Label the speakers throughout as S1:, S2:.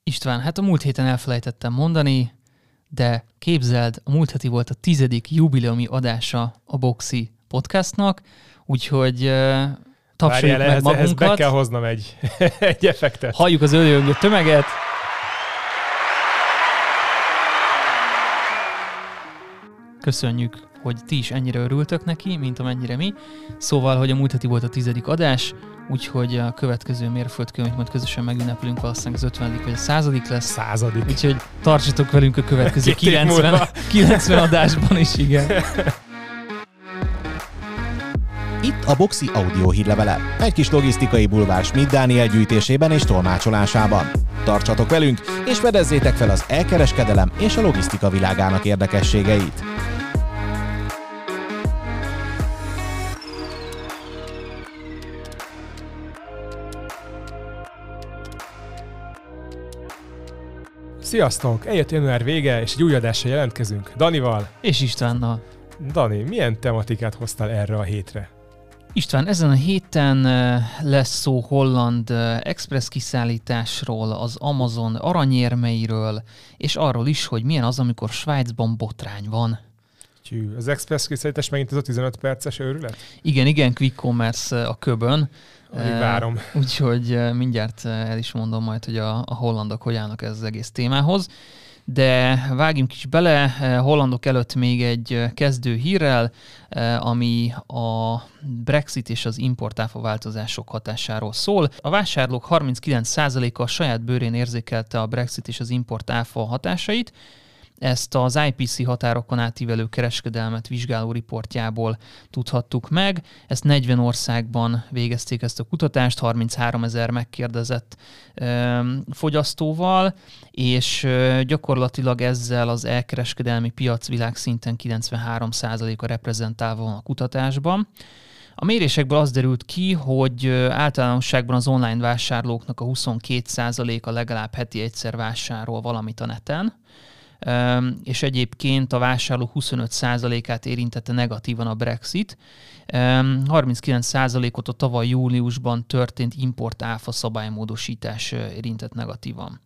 S1: István, hát a múlt héten elfelejtettem mondani, de képzeld, a múlt heti volt a 10. jubileumi adása a Boxy podcastnak, úgyhogy tapsoljuk meg magunkat.
S2: Ehhez be kell hoznom egy effektet.
S1: Halljuk az öljöngő tömeget. Köszönjük, hogy ti is ennyire örültök neki, mint amennyire mi. Szóval, hogy a múlt heti volt a 10. adás, úgyhogy a következő mérföldkő, amit majd közösen megünneplünk, valószínűleg az 50. vagy a 100. lesz.
S2: 100.
S1: Úgyhogy tartsatok velünk a következő 90 adásban is, igen.
S3: Itt a Boxy audio hírlevele. Egy kis logisztikai bulvár Schmidt Dániel gyűjtésében és tolmácsolásában. Tartsatok velünk, és fedezzétek fel az elkereskedelem és a logisztika világának érdekességeit.
S2: Sziasztok! Eljött január vége, és egy új adással jelentkezünk. Danival.
S1: És Istvánnal.
S2: Dani, milyen tematikát hoztál erre a hétre?
S1: István, ezen a héten lesz szó holland express kiszállításról, az Amazon aranyérmeiről, és arról is, hogy milyen az, amikor Svájcban botrány van.
S2: Az express kiszállítás megint ez a 15 perces őrület?
S1: Igen, quick commerce a köbön.
S2: Várom.
S1: Úgyhogy mindjárt el is mondom majd, hogy a hollandok hogy állnak ez az egész témához. De vágjunk is bele, hollandok előtt még egy kezdő hírrel, ami a Brexit és az importáfa változások hatásáról szól. A vásárlók 39%-a a saját bőrén érzékelte a Brexit és az importáfa hatásait. Ezt az IPC határokon átívelő kereskedelmet vizsgáló riportjából tudhattuk meg. Ezt 40 országban végezték ezt a kutatást, 33 000 megkérdezett fogyasztóval, és gyakorlatilag ezzel az elkereskedelmi piac világszinten 93%-a reprezentálva van a kutatásban. A mérésekből az derült ki, hogy általánosságban az online vásárlóknak a 22%-a legalább heti egyszer vásárol valamit a neten, és egyébként a vásárlók 25%-át érintette negatívan a Brexit. 39%-ot a tavaly júliusban történt import-áfa szabálymódosítás érintett negatívan.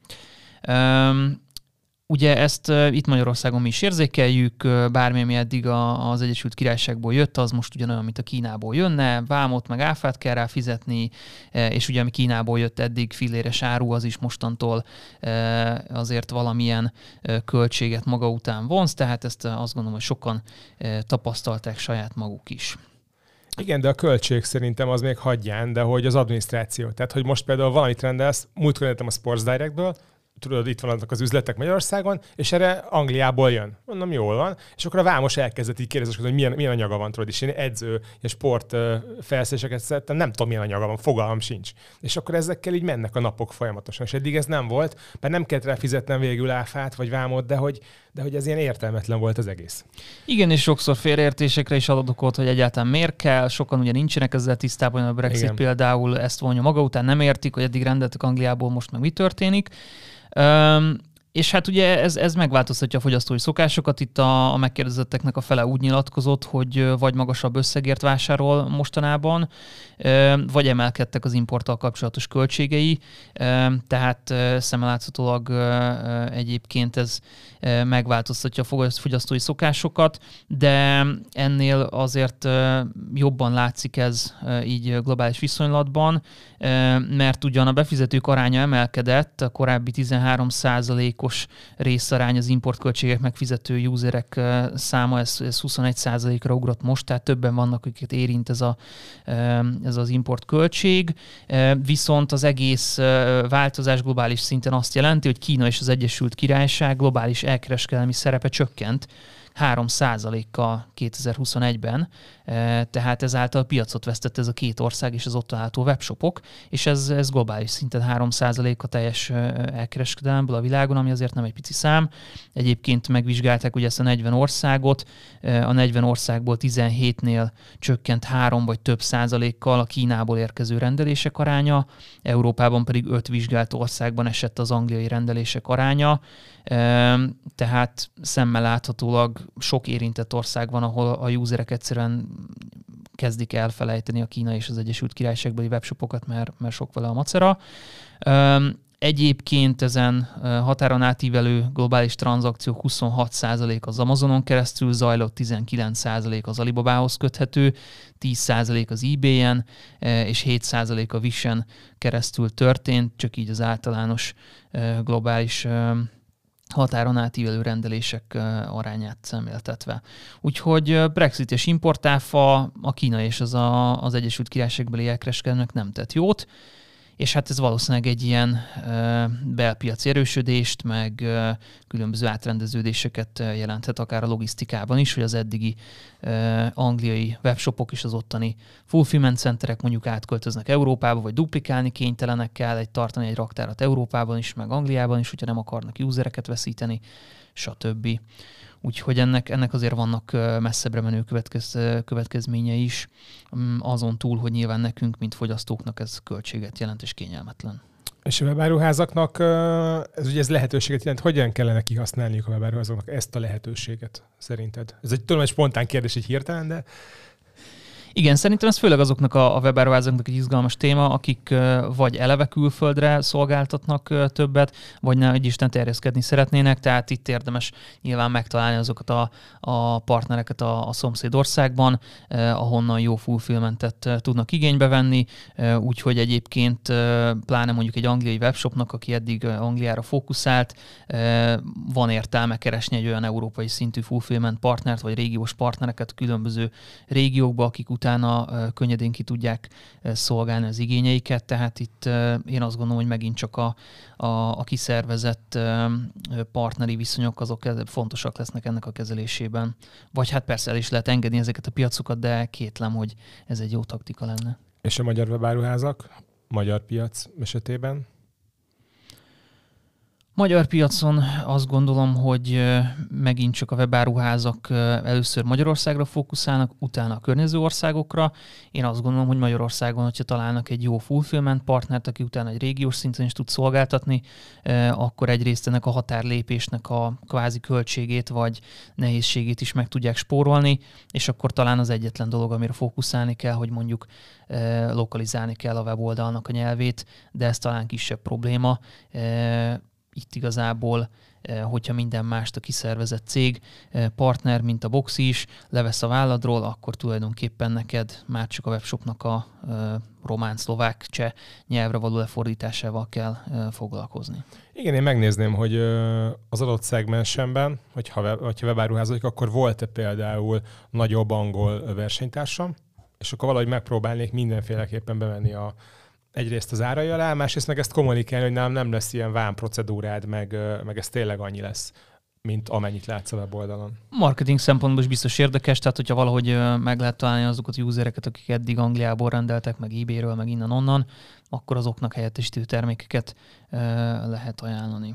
S1: Ugye ezt itt Magyarországon mi is érzékeljük, bármi, ami eddig az Egyesült Királyságból jött, az most ugyanolyan, mint a Kínából jönne, vámot meg áfát kell rá fizetni, és ugye ami Kínából jött eddig filléres áru, az is mostantól azért valamilyen költséget maga után vonz, tehát ezt azt gondolom, hogy sokan tapasztalták saját maguk is.
S2: Igen, de a költség szerintem az még hagyján, de hogy az adminisztráció. Tehát, hogy most például valamit rendelsz, múltkor rendeltem a Sports Directből, tudod, itt vannak az üzletek Magyarországon, és erre Angliából jön. Mondom, jól van. És akkor a vámos elkezdett így kérdezni, hogy milyen anyaga van, tudod, és én edző, és sport felszereléseket szedtem, nem tudom, milyen anyaga van, fogalmam sincs. És akkor ezekkel így mennek a napok folyamatosan. És eddig ez nem volt, mert nem kellett rá fizetnem végül áfát, vagy vámot, de hogy ez ilyen értelmetlen volt az egész.
S1: Igen, és sokszor félreértésekre is ad okot, hogy egyáltalán miért kell. Sokan ugye nincsenek ezzel tisztában, a Brexit igen. Például ezt vonja maga után, nem értik, hogy eddig rendeltek Angliából, most meg mi történik. És hát ugye ez megváltoztatja a fogyasztói szokásokat. Itt a megkérdezetteknek a fele úgy nyilatkozott, hogy vagy magasabb összegért vásárol mostanában, vagy emelkedtek az importtal kapcsolatos költségei. Tehát szemmeláthatólag egyébként ez megváltoztatja a fogyasztói szokásokat, de ennél azért jobban látszik ez így globális viszonylatban, mert ugyan a befizetők aránya emelkedett, a korábbi 13%-os részarány az importköltségek megfizető userek száma, ez 21%-ra ugrott most, tehát többen vannak, akiket érint ez az importköltség, viszont az egész változás globális szinten azt jelenti, hogy Kína és az Egyesült Királyság globális elkereskedelmi szerepe csökkent 3%-kal 2021-ben, tehát ezáltal piacot vesztett ez a két ország és az ott található webshopok, és ez globális szinten 3% a teljes elkereskedelemből a világon, ami azért nem egy pici szám. Egyébként megvizsgálták ugye ezt a 40 országot, a 40 országból 17-nél csökkent 3 vagy több százalékkal a Kínából érkező rendelések aránya, Európában pedig 5 vizsgált országban esett az angliai rendelések aránya, tehát szemmel láthatólag sok érintett ország van, ahol a userek egyszerűen kezdik elfelejteni a Kína és az Egyesült Királyságbeli webshopokat, mert sok vele a macera. Egyébként ezen határon átívelő globális tranzakciók 26% az Amazonon keresztül zajlott, 19% az Alibabához köthető, 10% az eBay-en, és 7% a Wish-en keresztül történt, csak így az általános globális határon átívelő rendelések arányát szemléltetve. Úgyhogy Brexit és importáfa a Kína és az Egyesült Királyságbeli elkereskedelmnek nem tett jót, és hát ez valószínűleg egy ilyen belpiaci erősödést, meg különböző átrendeződéseket jelenthet akár a logisztikában is, hogy az eddigi angliai webshopok és az ottani fulfillment centerek mondjuk átköltöznek Európába, vagy duplikálni kénytelenek kell tartani egy raktárat Európában is, meg Angliában is, hogyha nem akarnak usereket veszíteni, stb. Úgyhogy ennek azért vannak messzebbre menő következményei is, azon túl, hogy nyilván nekünk, mint fogyasztóknak ez költséget jelent és kényelmetlen.
S2: És a webáruházaknak ez lehetőséget jelent, hogyan kellene kihasználniuk a webáruházaknak ezt a lehetőséget szerinted? Ez egy spontán kérdés, így hirtelen, de...
S1: Igen, szerintem ez főleg azoknak a webáruházaknak egy izgalmas téma, akik vagy eleve külföldre szolgáltatnak többet, vagy ne egy Isten terjeszkedni szeretnének, tehát itt érdemes nyilván megtalálni azokat a partnereket a szomszédországban, ahonnan jó fulfillmentet tudnak igénybe venni, úgyhogy egyébként pláne mondjuk egy angliai webshopnak, aki eddig Angliára fókuszált, van értelme keresni egy olyan európai szintű fulfillment partnert, vagy régiós partnereket különböző régiókba, akik utána könnyedén ki tudják szolgálni az igényeiket, tehát itt én azt gondolom, hogy megint csak a kiszervezett partneri viszonyok azok fontosak lesznek ennek a kezelésében. Vagy hát persze el is lehet engedni ezeket a piacokat, de kétlem, hogy ez egy jó taktika lenne.
S2: És a magyar webáruházak, magyar piac esetében?
S1: Magyar piacon azt gondolom, hogy megint csak a webáruházak először Magyarországra fókuszálnak, utána a környező országokra. Én azt gondolom, hogy Magyarországon, hogyha találnak egy jó fulfillment partnert, aki utána egy régiós szinten is tud szolgáltatni, akkor egyrészt ennek a határlépésnek a kvázi költségét vagy nehézségét is meg tudják spórolni, és akkor talán az egyetlen dolog, amire fókuszálni kell, hogy mondjuk lokalizálni kell a weboldalnak a nyelvét, de ez talán kisebb probléma. Itt igazából, hogyha minden mást a kiszervezett cég, partner, mint a Boxy is levesz a válladról, akkor tulajdonképpen neked már csak a webshopnak a román, szlovák, cseh nyelvre való lefordításával kell foglalkozni.
S2: Igen, én megnézném, hogy az adott szegmensemben, hogyha webáruházadik, akkor volt-e például nagyobb angol versenytársam, és akkor valahogy megpróbálnék mindenféleképpen bevenni egyrészt az árai alá, másrészt meg ezt kommunikálni, hogy nálam nem lesz ilyen vámprocedúrád, meg ez tényleg annyi lesz, mint amennyit látsz a weboldalon.
S1: Marketing szempontból is biztos érdekes, tehát hogyha valahogy meg lehet találni azokat a usereket, akik eddig Angliából rendeltek, meg eBay-ről, meg innen-onnan, akkor azoknak helyettesítő termékeket lehet ajánlani.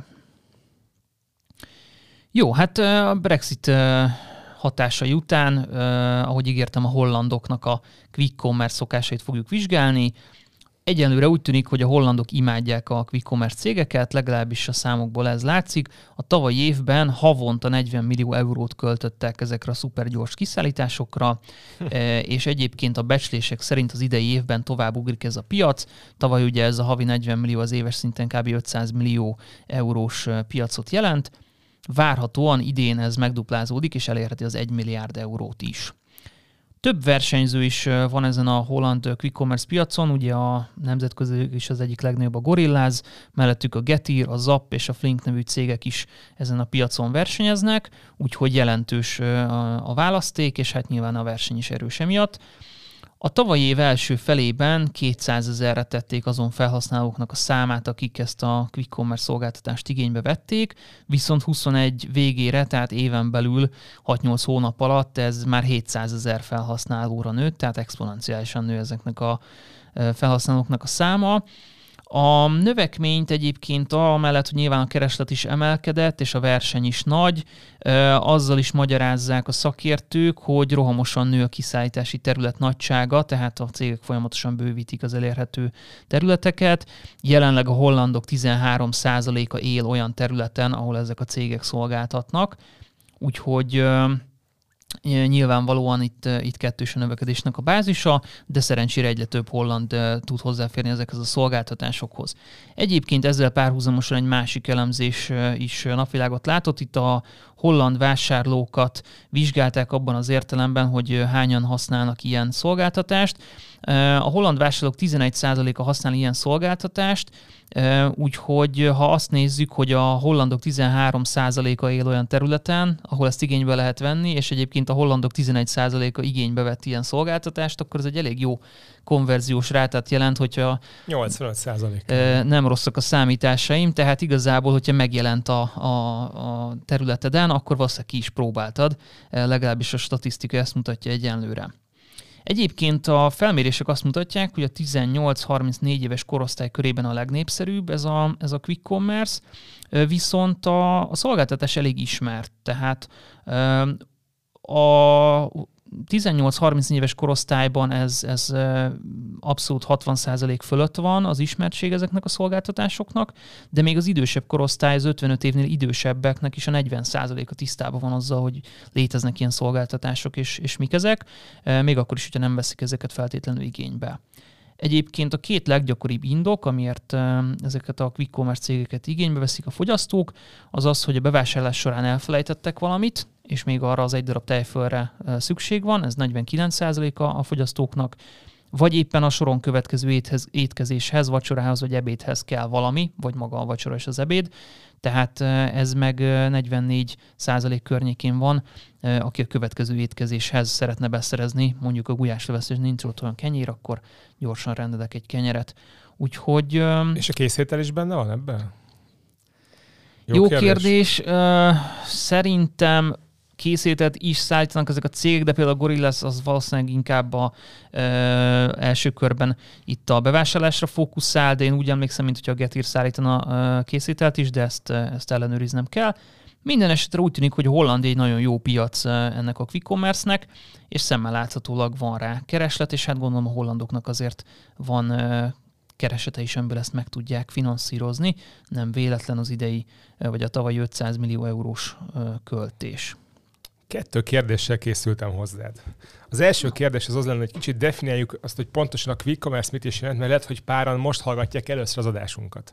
S1: Jó, hát a Brexit hatásai után, ahogy ígértem, a hollandoknak a quick commerce szokásait fogjuk vizsgálni. Egyenlőre úgy tűnik, hogy a hollandok imádják a quick commerce cégeket, legalábbis a számokból ez látszik. A tavalyi évben havonta 40 millió eurót költöttek ezekre a szupergyors kiszállításokra, és egyébként a becslések szerint az idei évben tovább ugrik ez a piac. Tavaly ugye ez a havi 40 millió az éves szinten kb. 500 millió eurós piacot jelent. Várhatóan idén ez megduplázódik, és elérheti az 1 milliárd eurót is. Több versenyző is van ezen a holland quick commerce piacon, ugye a nemzetközi is az egyik legnagyobb a Gorillaz, mellettük a Getir, a Zapp és a Flink nevű cégek is ezen a piacon versenyeznek, úgyhogy jelentős a választék, és hát nyilván a verseny is erős emiatt. A tavalyi év első felében 200 000-re tették azon felhasználóknak a számát, akik ezt a quick commerce szolgáltatást igénybe vették, viszont 21 végére, tehát éven belül 6-8 hónap alatt ez már 700 000 felhasználóra nőtt, tehát exponenciálisan nő ezeknek a felhasználóknak a száma. A növekményt egyébként amellett, hogy nyilván a kereslet is emelkedett, és a verseny is nagy, azzal is magyarázzák a szakértők, hogy rohamosan nő a kiszállítási terület nagysága, tehát a cégek folyamatosan bővítik az elérhető területeket. Jelenleg a hollandok 13%-a él olyan területen, ahol ezek a cégek szolgáltatnak, úgyhogy Nyilvánvalóan itt kettős a növekedésnek a bázisa, de szerencsére egyre több holland tud hozzáférni ezekhez a szolgáltatásokhoz. Egyébként ezzel párhuzamosan egy másik elemzés is napvilágot látott. Itt a holland vásárlókat vizsgálták abban az értelemben, hogy hányan használnak ilyen szolgáltatást. A holland vásárlók 11%-a használ ilyen szolgáltatást, úgyhogy ha azt nézzük, hogy a hollandok 13%-a él olyan területen, ahol ezt igénybe lehet venni, és egyébként a hollandok 11%-a igénybe vett ilyen szolgáltatást, akkor ez egy elég jó konverziós rátát jelent, hogyha
S2: 85%.
S1: Nem rosszak a számításaim, tehát igazából, hogyha megjelent a területeden, akkor valószínűleg ki is próbáltad, legalábbis a statisztika ezt mutatja egyenlőre. Egyébként a felmérések azt mutatják, hogy a 18-34 éves korosztály körében a legnépszerűbb ez a quick commerce, viszont a szolgáltatás elég ismert. Tehát a 18-34 éves korosztályban ez abszolút 60% fölött van az ismertség ezeknek a szolgáltatásoknak, de még az idősebb korosztály, az 55 évnél idősebbeknek is a 40%-a tisztában van azzal, hogy léteznek ilyen szolgáltatások, és mik ezek, még akkor is, hogyha nem veszik ezeket feltétlenül igénybe. Egyébként a két leggyakoribb indok, amiért ezeket a quick commerce cégeket igénybe veszik a fogyasztók, az az, hogy a bevásárlás során elfelejtettek valamit, és még arra az egy darab tejfölre szükség van, ez 49%-a a fogyasztóknak, vagy éppen a soron következő étkezéshez, vacsorához vagy ebédhez kell valami, vagy maga a vacsora és az ebéd, tehát ez meg 44% környékén van, aki a következő étkezéshez szeretne beszerezni, mondjuk a gulyásleves, és nincs ott olyan kenyér, akkor gyorsan rendelek egy kenyeret. Úgyhogy...
S2: És a készétel is benne van ebben?
S1: Jó kérdés. Szerintem készételt is szállítanak ezek a cégek, de például a Gorillas az valószínűleg inkább a első körben itt a bevásárlásra fókuszál, de én úgy emlékszem, mint hogyha a Getir szállítana készételt is, de ezt ellenőriznem kell. Minden esetre úgy tűnik, hogy Hollandia egy nagyon jó piac ennek a quick commerce-nek, és szemmel láthatólag van rá kereslet, és hát gondolom a hollandoknak azért van keresete is, amiből ezt meg tudják finanszírozni. Nem véletlen az idei, vagy a tavalyi 500 millió eurós költés.
S2: 2 kérdéssel készültem hozzád. Az első kérdés az lenne, hogy kicsit definiáljuk azt, hogy pontosan a quick commerce mit is jelent, mert lehet, hogy páran most hallgatják először az adásunkat.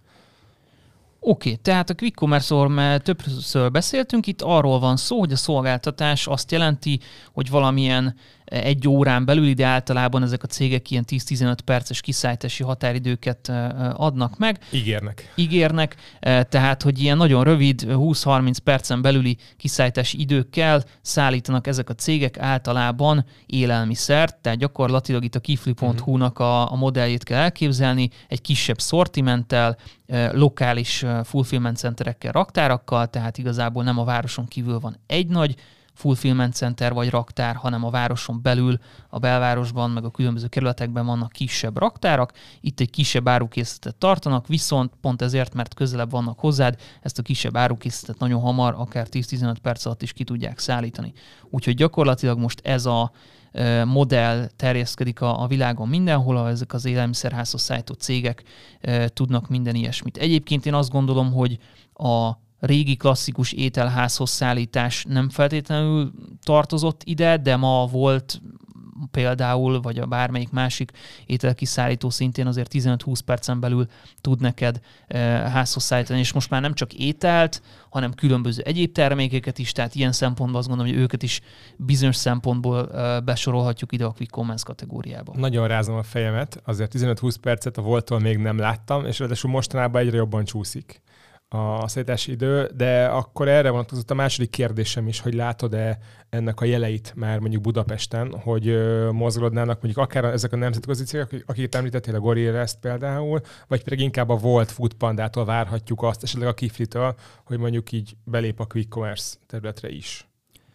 S1: Oké, tehát a quick commerce-ról már többször beszéltünk, itt arról van szó, hogy a szolgáltatás azt jelenti, hogy valamilyen egy órán belül, ide általában ezek a cégek ilyen 10-15 perces kiszállítási határidőket adnak meg. Ígérnek, tehát hogy ilyen nagyon rövid, 20-30 percen belüli kiszállítási időkkel szállítanak ezek a cégek általában élelmiszert, tehát gyakorlatilag itt a kifli.hu-nak a modelljét kell elképzelni, egy kisebb szortimenttel, lokális fulfillment centerekkel, raktárakkal, tehát igazából nem a városon kívül van egy nagy fulfillment center vagy raktár, hanem a városon belül, a belvárosban, meg a különböző kerületekben vannak kisebb raktárak, itt egy kisebb árukészletet tartanak, viszont pont ezért, mert közelebb vannak hozzád, ezt a kisebb árukészletet nagyon hamar, akár 10-15 perc alatt is ki tudják szállítani. Úgyhogy gyakorlatilag most ez a modell terjeszkedik a világon mindenhol, ahol ezek az élelmiszerházhoz szállító cégek tudnak minden ilyesmit. Egyébként én azt gondolom, hogy a régi klasszikus ételházhoz szállítás nem feltétlenül tartozott ide, de ma volt például, vagy a bármelyik másik ételkiszállító szintén azért 15-20 percen belül tud neked házhoz szállítani, és most már nem csak ételt, hanem különböző egyéb termékeket is, tehát ilyen szempontból azt gondolom, hogy őket is bizonyos szempontból besorolhatjuk ide a quick commerce kategóriába.
S2: Nagyon rázom a fejemet, azért 15-20 percet a Volttól még nem láttam, és ráadásul mostanában egyre jobban csúszik a szállítási idő, de akkor erre vonatkozott a második kérdésem is, hogy látod-e ennek a jeleit már mondjuk Budapesten, hogy mozgolódnának mondjuk akár ezek a nemzetközi cégek, akiket említettél, a Gorillas például, vagy pedig inkább a Volt Foodpandától várhatjuk azt, esetleg a Kiflitől, hogy mondjuk így belép a quick commerce területre is.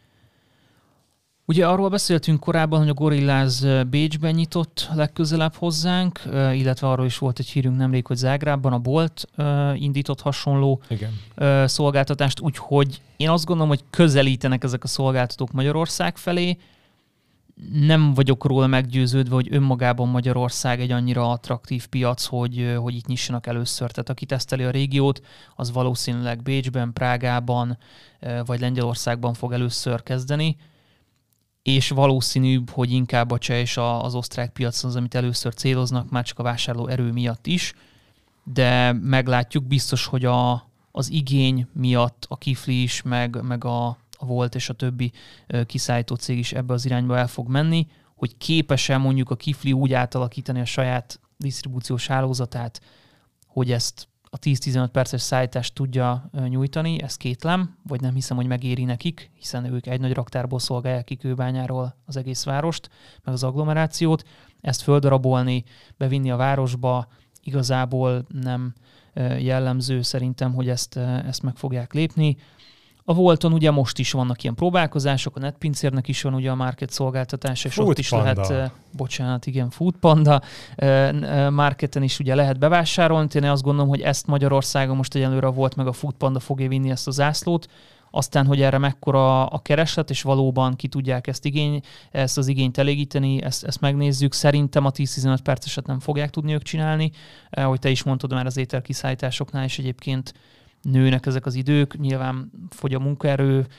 S1: Ugye arról beszéltünk korábban, hogy a Gorillas Bécsben nyitott legközelebb hozzánk, illetve arról is volt egy hírünk nemrég, hogy Zágrábban a Bolt indított hasonló szolgáltatást, úgyhogy én azt gondolom, hogy közelítenek ezek a szolgáltatók Magyarország felé. Nem vagyok róla meggyőződve, hogy önmagában Magyarország egy annyira attraktív piac, hogy itt nyissanak először. Tehát aki teszteli a régiót, az valószínűleg Bécsben, Prágában vagy Lengyelországban fog először kezdeni. és valószínűbb, hogy inkább a cseh és az osztrák piac az, amit először céloznak, már csak a vásárló erő miatt is, de meglátjuk, biztos, hogy az igény miatt a Kifli is, meg a Volt és a többi kiszállító cég is ebbe az irányba el fog menni, hogy képes-e mondjuk a Kifli úgy átalakítani a saját disztribúciós hálózatát, hogy ezt a 10-15 perces szállítást tudja nyújtani, ezt kétlem, vagy nem hiszem, hogy megéri nekik, hiszen ők egy nagy raktárból szolgálják ki Kőbányáról az egész várost, meg az agglomerációt. Ezt földarabolni, bevinni a városba igazából nem jellemző szerintem, hogy ezt meg fogják lépni. A Volton ugye most is vannak ilyen próbálkozások, a NetPincérnek is van ugye a market szolgáltatása, és ott is lehet, Foodpanda marketen is ugye lehet bevásárolni. Én azt gondolom, hogy ezt Magyarországon most egyelőre Volt meg a Foodpanda fogja vinni ezt a zászlót, aztán, hogy erre mekkora a kereslet, és valóban ki tudják ezt az igényt elégíteni, ezt megnézzük. Szerintem a 10-15 perceset nem fogják tudni ők csinálni. Ahogy te is mondtad, már az ételkiszállításoknál is egyébként nőnek ezek az idők, nyilván fogy a munkaerő,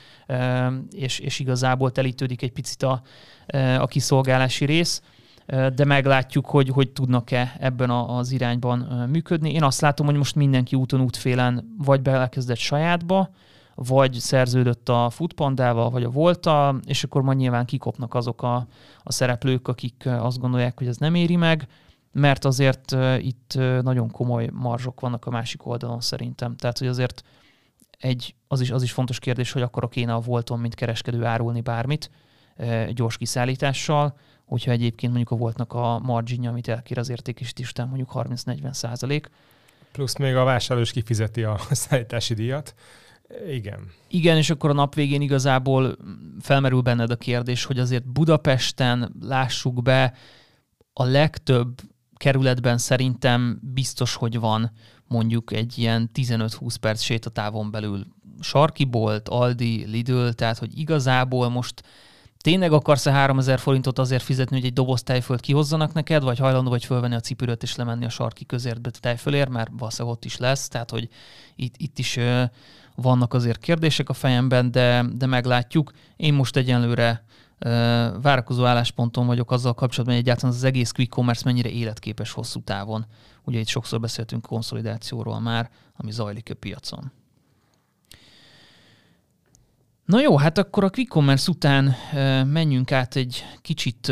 S1: és igazából telítődik egy picit a kiszolgálási rész, de meglátjuk, hogy tudnak-e ebben az irányban működni. Én azt látom, hogy most mindenki úton útfélen vagy belekezdett sajátba, vagy szerződött a Foodpandával, vagy a Volttal, és akkor majd nyilván kikopnak azok a szereplők, akik azt gondolják, hogy ez nem éri meg, mert azért itt nagyon komoly marzsok vannak a másik oldalon szerintem. Tehát, hogy azért az is fontos kérdés, hogy akkor kéne a Volton, mint kereskedő árulni bármit gyors kiszállítással, hogyha egyébként mondjuk a Voltnak a marginja, amit elkér az értékesítés után mondjuk 30-40%.
S2: Plusz még a vásárló is kifizeti a szállítási díjat. Igen,
S1: és akkor a nap végén igazából felmerül benned a kérdés, hogy azért Budapesten, lássuk be, a legtöbb kerületben szerintem biztos, hogy van mondjuk egy ilyen 15-20 perc sétatávon belül sarki bolt, Aldi, Lidl, tehát hogy igazából most tényleg akarsz 3000 forintot azért fizetni, hogy egy doboz tejfölt kihozzanak neked, vagy hajlandó vagy fölvenni a cipőröt és lemenni a sarki közértbe tejfölért, mert valószínűleg ott is lesz, tehát hogy itt is vannak azért kérdések a fejemben, de meglátjuk. Én most egyenlőre várakozó állásponton vagyok azzal kapcsolatban, hogy egyáltalán az egész quick commerce mennyire életképes hosszú távon. Ugye itt sokszor beszéltünk konszolidációról már, ami zajlik a piacon. Na jó, hát akkor a quick commerce után menjünk át egy kicsit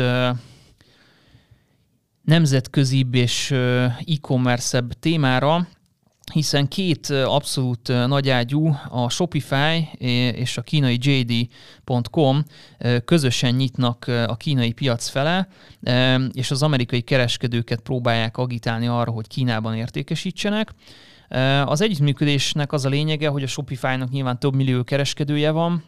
S1: nemzetközibb és e-commerce-ebb témára, hiszen két abszolút nagyágyú, a Shopify és a kínai JD.com közösen nyitnak a kínai piac fele, és az amerikai kereskedőket próbálják agitálni arra, hogy Kínában értékesítsenek. Az együttműködésnek az a lényege, hogy a Shopify-nak nyilván több millió kereskedője van,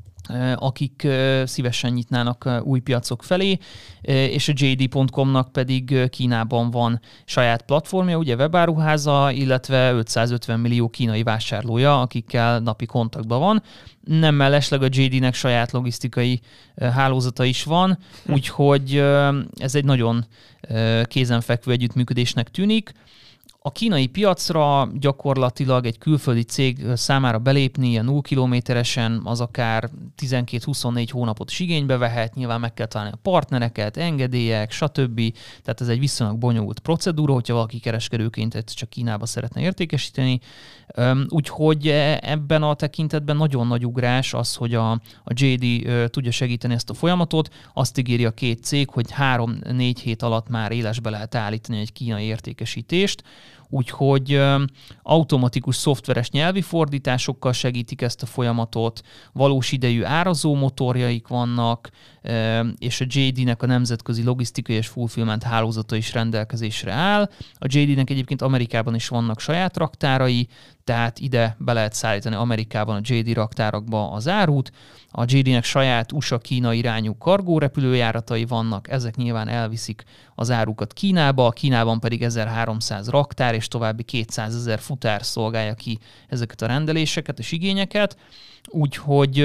S1: akik szívesen nyitnának új piacok felé, és a JD.com-nak pedig Kínában van saját platformja, ugye webáruháza, illetve 550 millió kínai vásárlója, akikkel napi kontaktban van. Nem mellesleg a JD-nek saját logisztikai hálózata is van, úgyhogy ez egy nagyon kézenfekvő együttműködésnek tűnik. A kínai piacra gyakorlatilag egy külföldi cég számára belépni ilyen 0 kilométeresen az akár 12-24 hónapot is igénybe vehet, nyilván meg kell találni a partnereket, engedélyek, stb. Tehát ez egy viszonylag bonyolult procedúra, hogyha valaki kereskedőként csak Kínába szeretne értékesíteni. Úgyhogy ebben a tekintetben nagyon nagy ugrás az, hogy a JD tudja segíteni ezt a folyamatot. Azt ígéri a két cég, hogy 3-4 hét alatt már élesbe lehet állítani egy kínai értékesítést. Úgyhogy automatikus szoftveres nyelvi fordításokkal segítik ezt a folyamatot, valós idejű árazó motorjaik vannak, és a JD-nek a nemzetközi logisztikai és fulfillment hálózata is rendelkezésre áll. A JD-nek egyébként Amerikában is vannak saját raktárai, tehát ide be lehet szállítani Amerikában a JD raktárakba az árut. A JD-nek saját USA-Kína irányú kargórepülőjáratai vannak, ezek nyilván elviszik az árukat Kínába, Kínában pedig 1300 raktár és további 200 000 futár szolgálja ki ezeket a rendeléseket és igényeket. Úgyhogy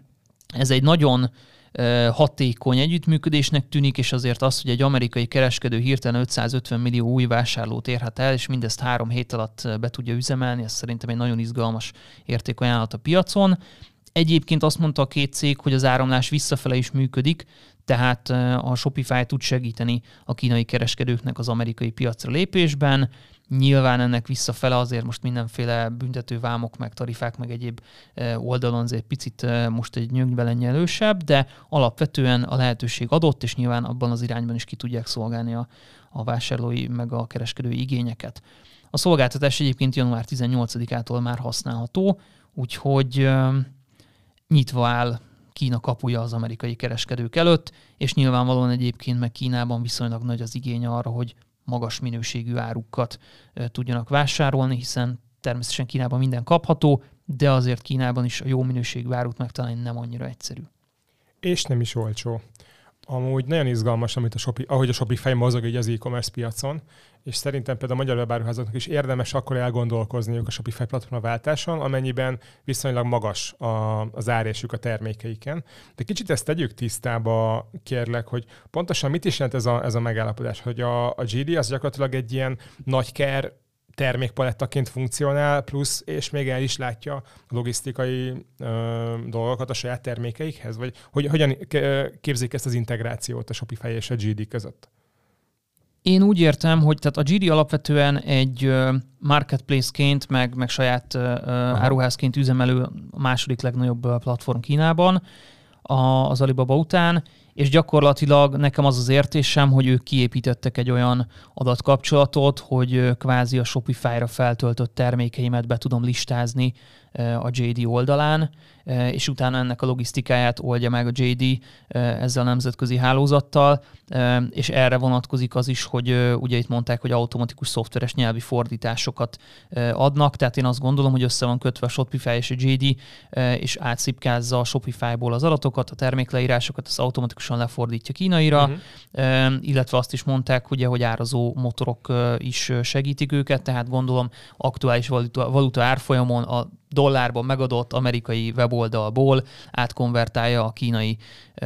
S1: ez egy nagyon hatékony együttműködésnek tűnik, és azért az, hogy egy amerikai kereskedő hirtelen 550 millió új vásárlót érhet el, és mindezt 3 hét alatt be tudja üzemelni, ez szerintem egy nagyon izgalmas értékajánlat a piacon. Egyébként azt mondta a két cég, hogy az áramlás visszafele is működik, tehát a Shopify tud segíteni a kínai kereskedőknek az amerikai piacra lépésben. Nyilván ennek visszafele azért most mindenféle büntetővámok, meg tarifák, meg egyéb oldalon azért picit most egy nyögvelennyelősebb, de alapvetően a lehetőség adott, és nyilván abban az irányban is ki tudják szolgálni a vásárlói, meg a kereskedői igényeket. A szolgáltatás egyébként január 18-ától már használható, úgyhogy nyitva áll Kína kapuja az amerikai kereskedők előtt, és nyilvánvalóan egyébként meg Kínában viszonylag nagy az igény arra, hogy magas minőségű árukat tudjanak vásárolni, hiszen természetesen Kínában minden kapható, de azért Kínában is a jó minőségű árut megtalálni nem annyira egyszerű.
S2: És nem is olcsó. Amúgy nagyon izgalmas, ahogy a Shopify mozog így az e-commerce piacon, és szerintem például a magyar webáruházaknak is érdemes akkor elgondolkozniuk a Shopify platformra váltáson, amennyiben viszonylag magas az árésük a termékeiken. De kicsit ezt tegyük tisztába, kérlek, hogy pontosan mit is jelent ez a megállapodás, hogy a GD az gyakorlatilag egy ilyen nagyker termékpalettaként funkcionál, plusz, és még el is látja a logisztikai dolgokat a saját termékeikhez? Vagy hogyan képzik ezt az integrációt a Shopify és a GD között?
S1: Én úgy értem, hogy tehát a GD alapvetően egy marketplace-ként, meg saját áruházként üzemelő a második legnagyobb platform Kínában, az Alibaba után, és gyakorlatilag nekem az az értésem, hogy ők kiépítettek egy olyan adatkapcsolatot, hogy kvázi a Shopify-ra feltöltött termékeimet be tudom listázni a JD oldalán, és utána ennek a logisztikáját oldja meg a JD ezzel a nemzetközi hálózattal, és erre vonatkozik az is, hogy ugye itt mondták, hogy automatikus szoftveres nyelvi fordításokat adnak, tehát én azt gondolom, hogy össze van kötve a Shopify és a JD, és átszipkázza a Shopify-ból az adatokat, a termékleírásokat, az automatikusan lefordítja kínaira, illetve azt is mondták, ugye, hogy árazó motorok is segítik őket, tehát gondolom aktuális valuta árfolyamon a dollárban megadott amerikai weboldalból átkonvertálja a kínai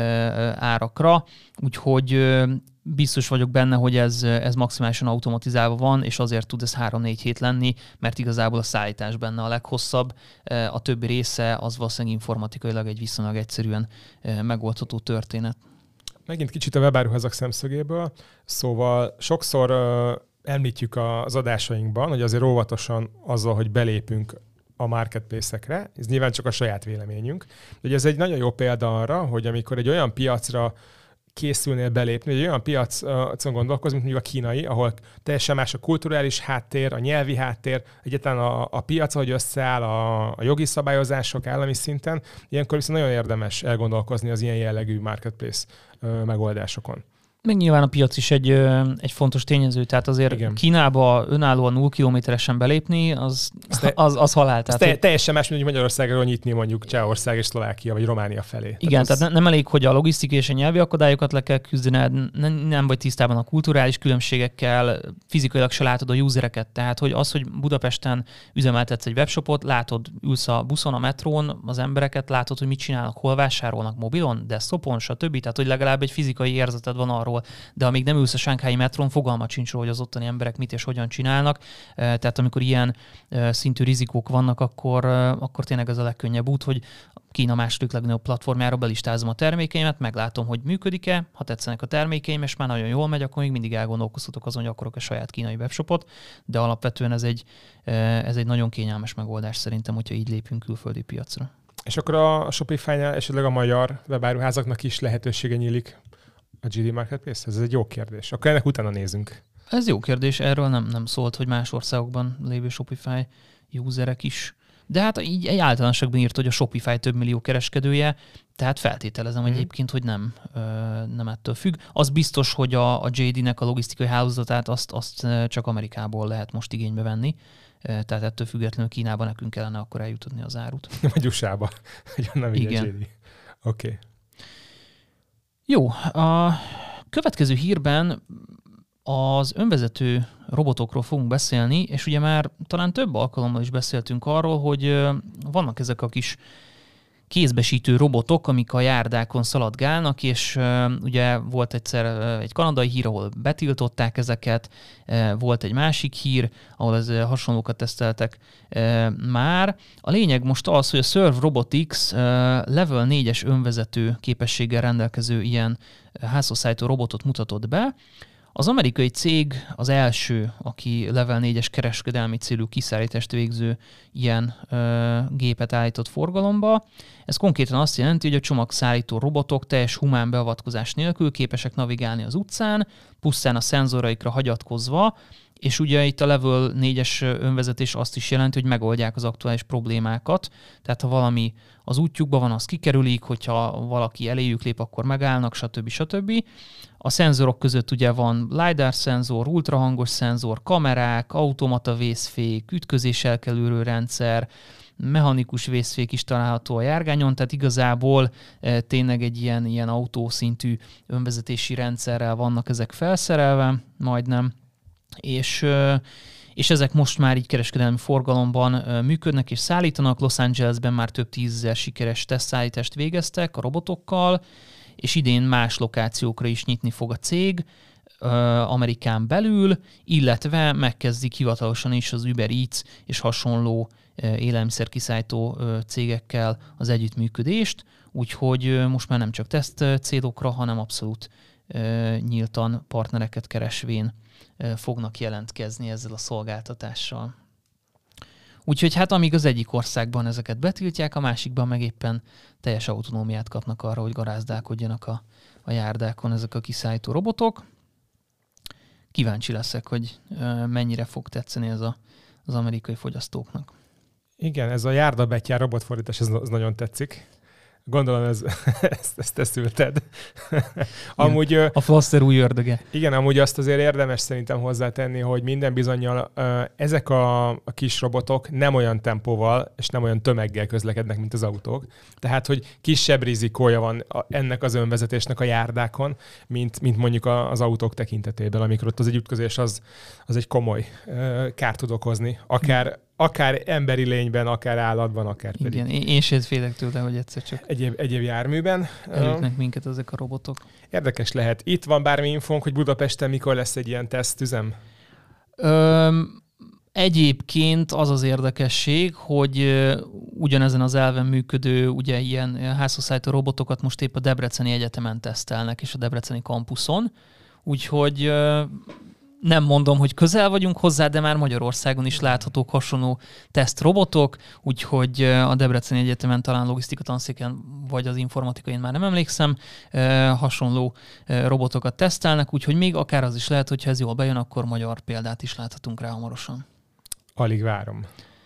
S1: árakra, úgyhogy biztos vagyok benne, hogy ez maximálisan automatizálva van, és azért tud ez 3-4 hét lenni, mert igazából a szállítás benne a leghosszabb, a többi része az valószínűleg informatikailag egy viszonylag egyszerűen megoldható történet.
S2: Megint kicsit a webáruházak szemszögéből, szóval sokszor említjük az adásainkban, hogy azért óvatosan azzal, hogy belépünk a marketplace-ekre, ez nyilván csak a saját véleményünk, de ez egy nagyon jó példa arra, hogy amikor egy olyan piacra készülnél belépni, egy olyan piacon gondolkozni, mint mondjuk a kínai, ahol teljesen más a kulturális háttér, a nyelvi háttér, egyáltalán a piac, ahogy összeáll, a jogi szabályozások állami szinten, ilyenkor viszont nagyon érdemes elgondolkozni az ilyen jellegű marketplace megoldásokon.
S1: Meg nyilván a piac is egy fontos tényező, tehát azért igen. Kínába önállóan 0 kilométeresen belépni, az halál.
S2: Tehát teljesen más, mint Magyarországról nyitni mondjuk Csehország és Szlovákia, vagy Románia felé.
S1: Igen, tehát nem elég, hogy a logisztikai és a nyelvi akadályokat le kell küzdened, nem vagy tisztában a kulturális különbségekkel, fizikailag se látod a usereket, tehát hogy Budapesten üzemeltetsz egy webshopot, látod, ülsz a buszon, a metrón, az embereket, látod, hogy mit csinálnak, hol vásárolnak, mobilon, desktopon, stb. Tehát, hogy legalább egy fizikai érzeted van arról, de amíg nem ülsz a sánghái metrón, fogalmat sincs róla, hogy az ottani emberek mit és hogyan csinálnak. Tehát amikor ilyen szintű rizikók vannak, akkor tényleg ez a legkönnyebb út, hogy Kína második legnagyobb platformjára belistázom a termékeimet, meglátom, hogy működik-e, ha tetszenek a termékeim, és már nagyon jól megy, akkor még mindig elgondolkozhatok azon, hogy akarok a saját kínai webshopot, de alapvetően ez egy nagyon kényelmes megoldás szerintem, hogyha így lépünk külföldi piacra.
S2: És akkor a Shopify-nál esetleg a magyar webáruházaknak is lehetősége nyílik a GD Marketplace? Ez egy jó kérdés. Akkor ennek utána nézünk.
S1: Ez jó kérdés, erről nem szólt, hogy más országokban lévő Shopify userek is. De hát így egy általánosságban írt, hogy a Shopify több millió kereskedője, tehát feltételezem egyébként, hogy nem ettől függ. Az biztos, hogy a JD-nek a logisztikai hálózatát azt csak Amerikából lehet most igénybe venni. Tehát ettől függetlenül Kínában nekünk kellene akkor eljutatni az árut.
S2: Vagy USA-ba, hogy onnan vigye a JD. Oké.
S1: Jó, a következő hírben az önvezető robotokról fogunk beszélni, és ugye már talán több alkalommal is beszéltünk arról, hogy vannak ezek a kis kézbesítő robotok, amik a járdákon szaladgálnak, és ugye volt egyszer egy kanadai hír, ahol betiltották ezeket, volt egy másik hír, ahol ez hasonlókat teszteltek már. A lényeg most az, hogy a Serve Robotics level 4-es önvezető képességgel rendelkező ilyen házhoz szállító robotot mutatott be. Az amerikai cég az első, aki level 4-es kereskedelmi célú kiszállítást végző ilyen gépet állított forgalomba. Ez konkrétan azt jelenti, hogy a csomagszállító robotok teljes humán beavatkozás nélkül képesek navigálni az utcán, pusztán a szenzoraikra hagyatkozva, és ugye itt a level 4-es önvezetés azt is jelenti, hogy megoldják az aktuális problémákat, tehát ha valami az útjukban van, az kikerülik, hogyha valaki eléjük lép, akkor megállnak, stb. A szenzorok között ugye van LiDAR szenzor, ultrahangos szenzor, kamerák, automata vészfék, ütközés elkerülő rendszer, mechanikus vészfék is található a járgányon, tehát igazából tényleg egy ilyen autószintű önvezetési rendszerrel vannak ezek felszerelve, majdnem, és ezek most már így kereskedelmi forgalomban működnek és szállítanak. Los Angelesben már több 10 000 sikeres tesztszállítást végeztek a robotokkal, és idén más lokációkra is nyitni fog a cég Amerikán belül, illetve megkezdik hivatalosan is az Uber Eats és hasonló élelmiszerkiszállító cégekkel az együttműködést, úgyhogy most már nem csak teszt célokra, hanem abszolút nyíltan partnereket keresvén fognak jelentkezni ezzel a szolgáltatással. Úgyhogy hát amíg az egyik országban ezeket betiltják, a másikban meg éppen teljes autonómiát kapnak arra, hogy garázdálkodjanak a járdákon ezek a kiszállító robotok. Kíváncsi leszek, hogy mennyire fog tetszeni ez az amerikai fogyasztóknak.
S2: Igen, ez a járdabetyár robotfordítás, ez nagyon tetszik. Gondolom ezt te szülted. Amúgy,
S1: a Foster új ördöge.
S2: Igen, amúgy azt azért érdemes szerintem hozzátenni, hogy minden bizonnyal ezek a kis robotok nem olyan tempóval és nem olyan tömeggel közlekednek, mint az autók. Tehát, hogy kisebb rizikója van ennek az önvezetésnek a járdákon, mint mondjuk az autók tekintetében, amikor ott az egy ütközés az egy komoly kárt tud okozni. Akár emberi lényben, akár állatban, akár pedig.
S1: Igen, én sem félek tőle, hogy egyszer csak
S2: egyéb járműben.
S1: elütnek minket ezek a robotok.
S2: Érdekes lehet. Itt van bármi infónk, hogy Budapesten mikor lesz egy ilyen tesztüzem?
S1: Egyébként az az érdekesség, hogy ugyanezen az elven működő ugye ilyen házhoz szállító robotokat most épp a Debreceni Egyetemen tesztelnek, és a Debreceni kampuszon. Úgyhogy nem mondom, hogy közel vagyunk hozzá, de már Magyarországon is láthatók hasonló tesztrobotok, úgyhogy a Debreceni Egyetemen talán logisztika tanszéken vagy az informatikai, én már nem emlékszem, hasonló robotokat tesztelnek, úgyhogy még akár az is lehet, hogyha ez jól bejön, akkor magyar példát is láthatunk rá hamarosan.
S2: Alig várom.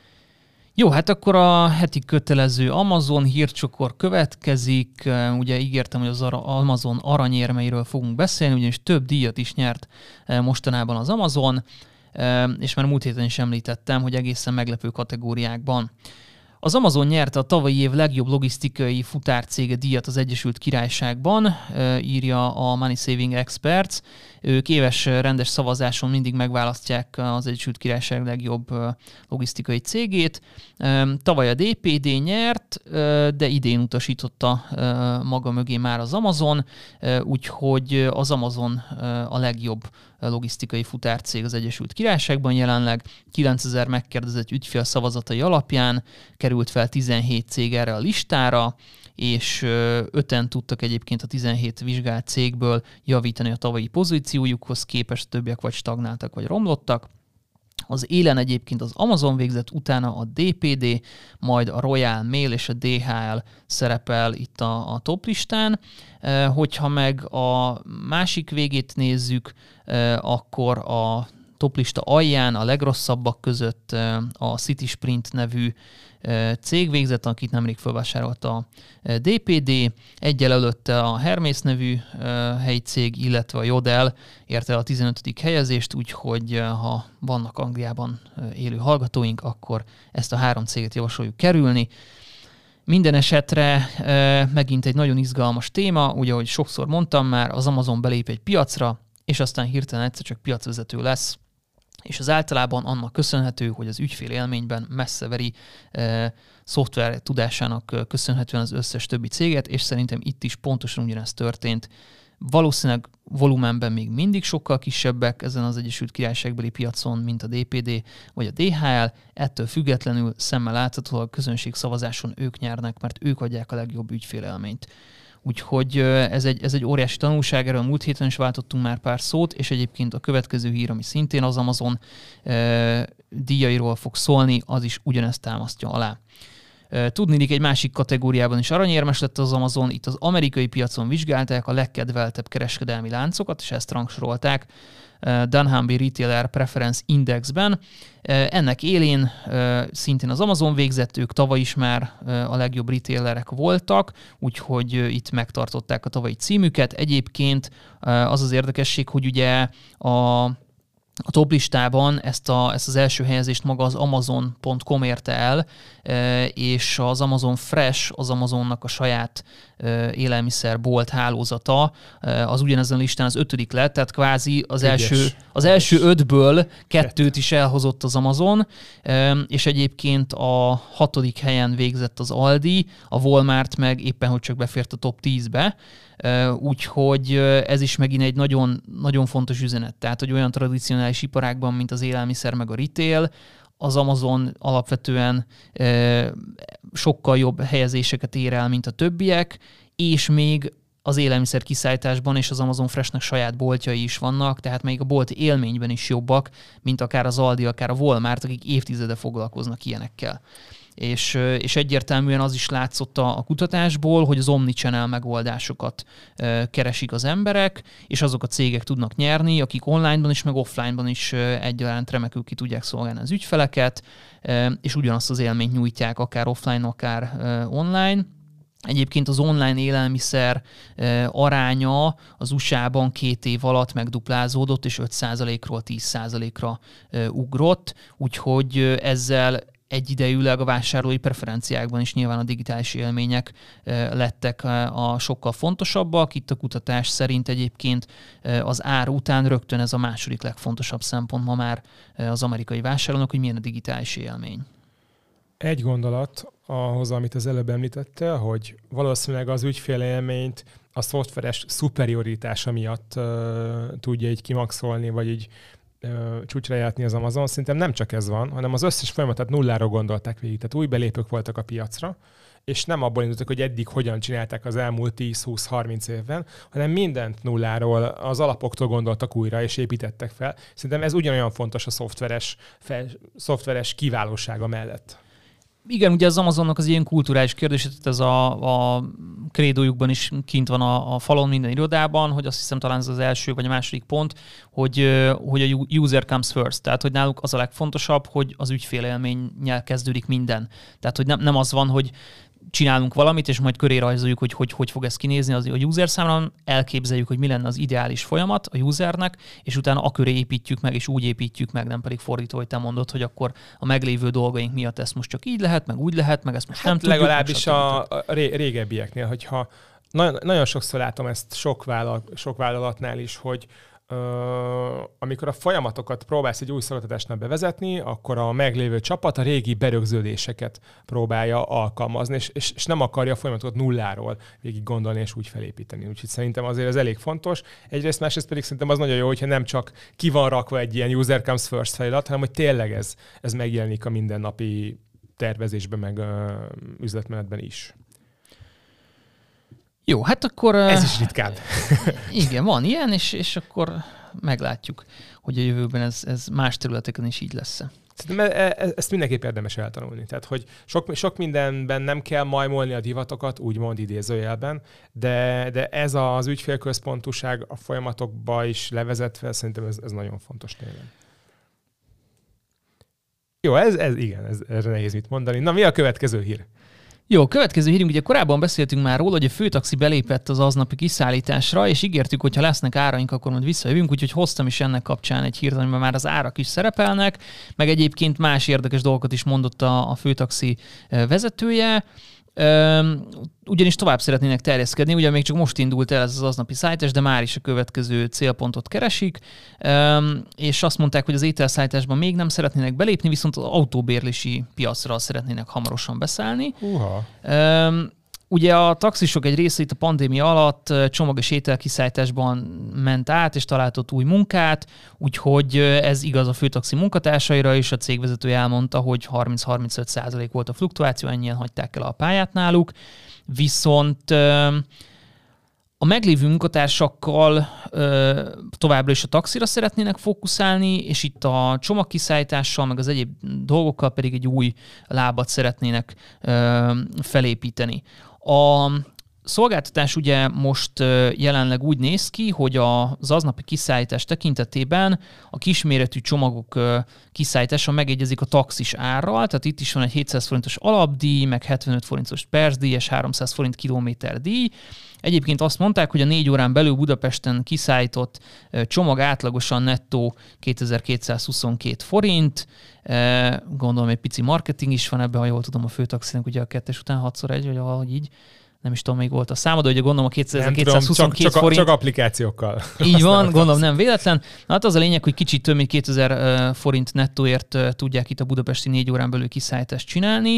S1: Jó, hát akkor a heti kötelező Amazon hírcsokor következik. Ugye ígértem, hogy az Amazon aranyérmeiről fogunk beszélni, ugyanis több díjat is nyert mostanában az Amazon, és már múlt héten is említettem, hogy egészen meglepő kategóriákban. Az Amazon nyerte a tavalyi év legjobb logisztikai futárcége díjat az Egyesült Királyságban, írja a Money Saving Experts. Ők éves rendes szavazáson mindig megválasztják az Egyesült Királyság legjobb logisztikai cégét. Tavaly a DPD nyert, de idén utasította maga mögé már az Amazon, úgyhogy az Amazon a legjobb logisztikai futárcég az Egyesült Királyságban jelenleg. 9000 megkérdezett ügyfél szavazatai alapján került fel 17 cég erre a listára, és 5-en tudtak egyébként a 17 vizsgált cégből javítani a tavalyi pozíciójukhoz képest, többiek vagy stagnáltak, vagy romlottak. Az élen egyébként az Amazon végzett, utána a DPD, majd a Royal Mail és a DHL szerepel itt a top listán. Hogyha meg a másik végét nézzük, akkor a toplista alján a legrosszabbak között a City Sprint nevű cég végzett, akit nemrég felvásárolt a DPD, egyel előtte a Hermes nevű helyi cég, illetve a Yodel érte el a 15. helyezést, úgyhogy ha vannak Angliában élő hallgatóink, akkor ezt a 3 céget javasoljuk kerülni. Minden esetre megint egy nagyon izgalmas téma, ugye, ahogy sokszor mondtam már, az Amazon belép egy piacra, és aztán hirtelen egyszer csak piacvezető lesz. és az általában annak köszönhető, hogy az ügyfél élményben messzeveri szoftver tudásának köszönhetően az összes többi céget, és szerintem itt is pontosan ugyanez történt. Valószínűleg volumenben még mindig sokkal kisebbek ezen az Egyesült Királyságbeli piacon, mint a DPD vagy a DHL, ettől függetlenül szemmel láthatóan a közönségszavazáson ők nyernek, mert ők adják a legjobb ügyfélélményt. Úgyhogy ez egy óriási tanulság, erről múlt héten is váltottunk már pár szót, és egyébként a következő hír, ami szintén az Amazon díjairól fog szólni, az is ugyanezt támasztja alá. Tudniillik, egy másik kategóriában is aranyérmes lett az Amazon, itt az amerikai piacon vizsgálták a legkedveltebb kereskedelmi láncokat, és ezt rangsorolták Dunnhumby Retailer Preference Indexben. Ennek élén szintén az Amazon végzett, ők tavaly is már a legjobb retailerek voltak, úgyhogy itt megtartották a tavalyi címüket. Egyébként az az érdekesség, hogy ugye a top listában ezt az első helyezést maga az Amazon.com érte el, és az Amazon Fresh, az Amazonnak a saját élelmiszerbolt hálózata, az ugyanezen a listán az 5. lett, tehát kvázi az első 5-ből 2-t is elhozott az Amazon, és egyébként a 6. helyen végzett az Aldi, a Walmart meg éppen, hogy csak befért a top 10-be, úgyhogy ez is megint egy nagyon, nagyon fontos üzenet. Tehát, hogy olyan tradicionális iparágban, mint az élelmiszer meg a retail, az Amazon alapvetően sokkal jobb helyezéseket ér el, mint a többiek, és még az élelmiszer kiszállításban és az Amazon Freshnek saját boltjai is vannak, tehát még a bolt élményben is jobbak, mint akár az Aldi, akár a Walmart, akik évtizede foglalkoznak ilyenekkel. És egyértelműen az is látszott a kutatásból, hogy az omnichannel megoldásokat keresik az emberek, és azok a cégek tudnak nyerni, akik onlineban is, meg offlineban is egyaránt remekül ki tudják szolgálni az ügyfeleket, és ugyanazt az élményt nyújtják akár offline, akár online. Egyébként az online élelmiszer aránya az USA-ban 2 év alatt megduplázódott, és 5%-ról 10%-ra ugrott, úgyhogy ezzel egyidejűleg a vásárlói preferenciákban is nyilván a digitális élmények lettek a sokkal fontosabbak. Itt a kutatás szerint egyébként az ár után rögtön ez a második legfontosabb szempont ma már az amerikai vásárlónak, hogy milyen a digitális élmény.
S2: Egy gondolat ahhoz, amit az előbb említettél, hogy valószínűleg az ügyfélélményt a szoftveres szuperioritása miatt tudja így kimaxolni, vagy így csúcsra játni az Amazon. Szerintem nem csak ez van, hanem az összes folyamatát nulláról gondolták végig. Tehát új belépők voltak a piacra, és nem abból indultak, hogy eddig hogyan csinálták az elmúlt 10-20-30 évben, hanem mindent nulláról, az alapoktól gondoltak újra, és építettek fel. Szerintem ez ugyanolyan fontos a szoftveres kiválósága mellett.
S1: Igen, ugye az Amazonnak az ilyen kulturális kérdés, tehát ez a krédójukban is kint van a falon minden irodában, hogy azt hiszem talán ez az első vagy a második pont, hogy a user comes first, tehát hogy náluk az a legfontosabb, hogy az ügyfélélménnyel kezdődik minden. Tehát, hogy nem az van, hogy csinálunk valamit, és majd köré rajzoljuk, hogy fog ez kinézni az a user számára, elképzeljük, hogy mi lenne az ideális folyamat a usernek, és utána a köré építjük meg, és úgy építjük meg, nem pedig fordítva, hogy te mondod, hogy akkor a meglévő dolgaink miatt ezt most csak így lehet, meg úgy lehet, meg ezt most nem tudjuk.
S2: Legalábbis a régebbieknél, hogyha nagyon sokszor látom ezt sok vállalatnál is, hogy amikor a folyamatokat próbálsz egy új szolgáltatásnál bevezetni, akkor a meglévő csapat a régi berögződéseket próbálja alkalmazni, és nem akarja a folyamatokat nulláról végig gondolni és úgy felépíteni. Úgyhogy szerintem azért ez elég fontos. Egyrészt, másrészt pedig szerintem az nagyon jó, hogyha nem csak ki van rakva egy ilyen user comes first felirat, hanem hogy tényleg ez megjelenik a mindennapi tervezésben, meg üzletmenetben is.
S1: Jó, hát akkor...
S2: Ez is ritkább.
S1: Igen, van ilyen, és akkor meglátjuk, hogy a jövőben ez más területeken is így lesz.
S2: Szerintem ezt mindenképp érdemes eltanulni. Tehát, hogy sok mindenben nem kell majmolni a divatokat, úgymond idézőjelben, de ez az ügyfélközpontúság a folyamatokba is levezetve, szerintem ez nagyon fontos tényleg. Jó, ez nehéz mit mondani. Na, mi a következő hír?
S1: Jó, következő hírünk, ugye korábban beszéltünk már róla, hogy a főtaxi belépett az aznapi kiszállításra, és ígértük, hogy ha lesznek áraink, akkor majd visszajövünk, úgyhogy hoztam is ennek kapcsán egy hírt, amiben már az árak is szerepelnek, meg egyébként más érdekes dolgokat is mondott a főtaxi vezetője. ugyanis tovább szeretnének terjeszkedni, ugye még csak most indult el ez az aznapi szállítás, de már is a következő célpontot keresik, és azt mondták, hogy az ételszállításban még nem szeretnének belépni, viszont az autóbérlési piacra szeretnének hamarosan beszállni. Ugye a taxisok egy része itt a pandémia alatt csomag- és ételkiszállításban ment át, és talált ott új munkát, úgyhogy ez igaz a főtaxi munkatársaira, és a cégvezető elmondta, hogy 30-35% volt a fluktuáció, ennyien hagyták el a pályát náluk. Viszont a meglévő munkatársakkal továbbra is a taxira szeretnének fókuszálni, és itt a csomagkiszállítással, meg az egyéb dolgokkal pedig egy új lábat szeretnének felépíteni. A szolgáltatás ugye most jelenleg úgy néz ki, hogy az aznapi kiszállítás tekintetében a kisméretű csomagok kiszállítása megegyezik a taxis árral, tehát itt is van egy 700 forintos alapdíj, meg 75 forintos percdíj és 300 forint kilométerdíj. Egyébként azt mondták, hogy a 4 órán belül Budapesten kiszállított csomag átlagosan nettó 2222 forint. Gondolom egy pici marketing is van ebben, ha jól tudom, a főtaxinak ugye a 2-es után 6x1, vagy valahogy így. Nem is tudom, még volt a számod, hogy gondolom a 2222 forint.
S2: Csak applikációkkal.
S1: Így van, gondolom nem véletlen. Na, hát az a lényeg, hogy kicsit több mint 2000 forint nettóért tudják itt a budapesti 4 órán belül kiszállítást csinálni,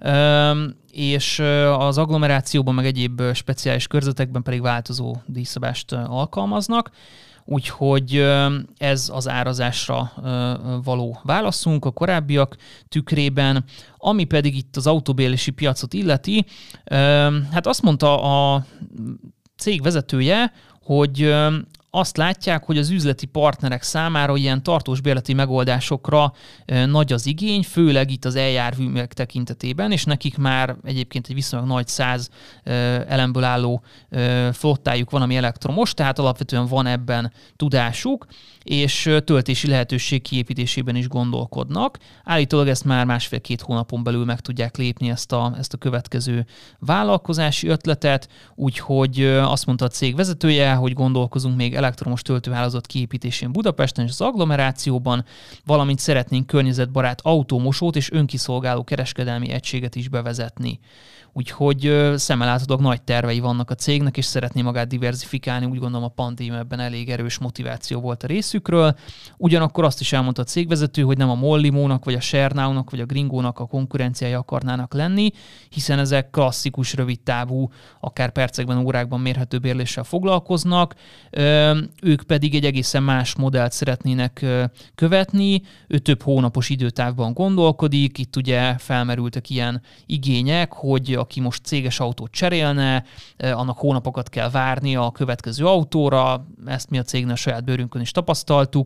S1: és az agglomerációban, meg egyéb speciális körzetekben pedig változó díjszabást alkalmaznak. Úgyhogy ez az árazásra való válaszunk a korábbiak tükrében. Ami pedig itt az autóbérlési piacot illeti, hát azt mondta a cég vezetője, hogy azt látják, hogy az üzleti partnerek számára ilyen tartós bérleti megoldásokra nagy az igény, főleg itt az eljárművek tekintetében, és nekik már egyébként egy viszonylag nagy 100 elemből álló flottájuk van, ami elektromos, tehát alapvetően van ebben tudásuk, és töltési lehetőség kiépítésében is gondolkodnak. Állítólag ezt már 1,5-2 hónapon belül meg tudják lépni ezt a következő vállalkozási ötletet, úgyhogy azt mondta a cég vezetője, hogy gondolkozunk még elektromos töltőhálózat kiépítésén Budapesten és az agglomerációban, valamint szeretnénk környezetbarát autómosót és önkiszolgáló kereskedelmi egységet is bevezetni. Úgyhogy szemmel láthatólag nagy tervei vannak a cégnek, és szeretné magát diverzifikálni, úgy gondolom a pandémia ebben elég erős motiváció volt a részükről. Ugyanakkor azt is elmondta a cégvezető, hogy nem a Mollimónak, vagy a ShareNow-nak, vagy a Gringónak a konkurenciái akarnának lenni, hiszen ezek klasszikus, rövidtávú, akár percekben, órákban mérhető bérléssel foglalkoznak. Ők pedig egy egészen más modellt szeretnének követni, ő több hónapos időtávban gondolkodik, itt ugye felmerültek ilyen igények, hogy aki most céges autót cserélne, annak hónapokat kell várni a következő autóra, ezt mi a cégnél a saját bőrünkön is tapasztaltuk,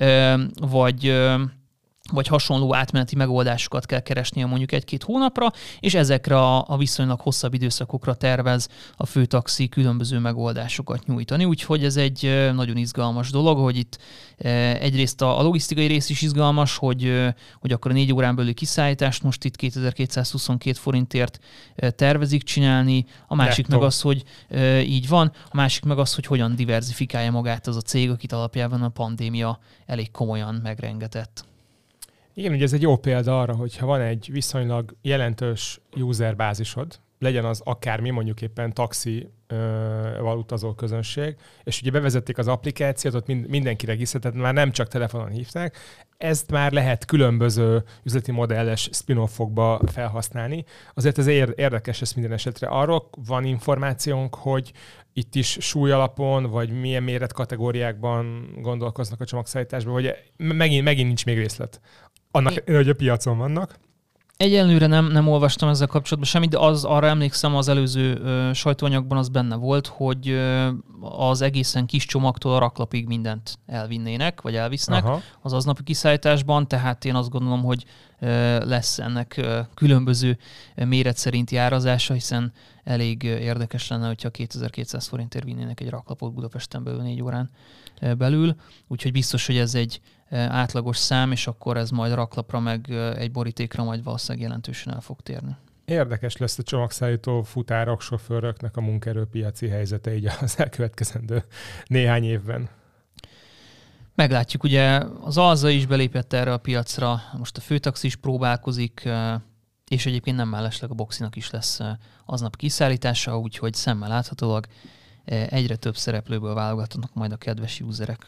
S1: vagy hasonló átmeneti megoldásokat kell keresnie mondjuk 1-2 hónapra, és ezekre a viszonylag hosszabb időszakokra tervez a főtaxi különböző megoldásokat nyújtani. Úgyhogy ez egy nagyon izgalmas dolog, hogy itt egyrészt a logisztikai rész is izgalmas, hogy akkor a 4 órán belüli kiszállítást most itt 2222 forintért tervezik csinálni. A másik meg az, hogy így van, a másik meg az, hogy hogyan diverzifikálja magát az a cég, akit alapjában a pandémia elég komolyan megrengetett.
S2: Igen, ugye ez egy jó példa arra, hogyha van egy viszonylag jelentős userbázisod, legyen az akármi, mondjuk éppen taxival utazó közönség, és ugye bevezették az applikációt, ott mindenki regisztrált, már nem csak telefonon hívták, ezt már lehet különböző üzleti modelles spin-offokba felhasználni. Azért ez érdekes ez minden esetre. Arról van információnk, hogy itt is súlyalapon, vagy milyen méretkategóriákban gondolkoznak a csomagszállításban, vagy megint nincs még részlet. Annak, hogy a piacon vannak.
S1: Egyelőre nem olvastam ezzel kapcsolatban semmit, de arra emlékszem, az előző sajtóanyagban az benne volt, hogy az egészen kis csomagtól a raklapig mindent elvinnének, vagy elvisznek az aznapi kiszállításban, tehát én azt gondolom, hogy lesz ennek különböző méret szerinti árazása, hiszen elég érdekes lenne, hogyha 2200 forintért vinnének egy raklapot Budapesten belül 4 órán belül, úgyhogy biztos, hogy ez egy átlagos szám, és akkor ez majd raklapra, meg egy borítékra majd valószínűleg jelentősen el fog térni. Érdekes lesz a csomagszállító futárok, sofőröknek a munkaerőpiaci helyzete így az elkövetkezendő néhány évben. Meglátjuk, ugye az Alza is belépett erre a piacra, most a főtaxi is próbálkozik, és egyébként nem mellesleg a Boxinak is lesz aznap kiszállítása, úgyhogy szemmel láthatólag egyre több szereplőből válogatnak majd a kedves userek.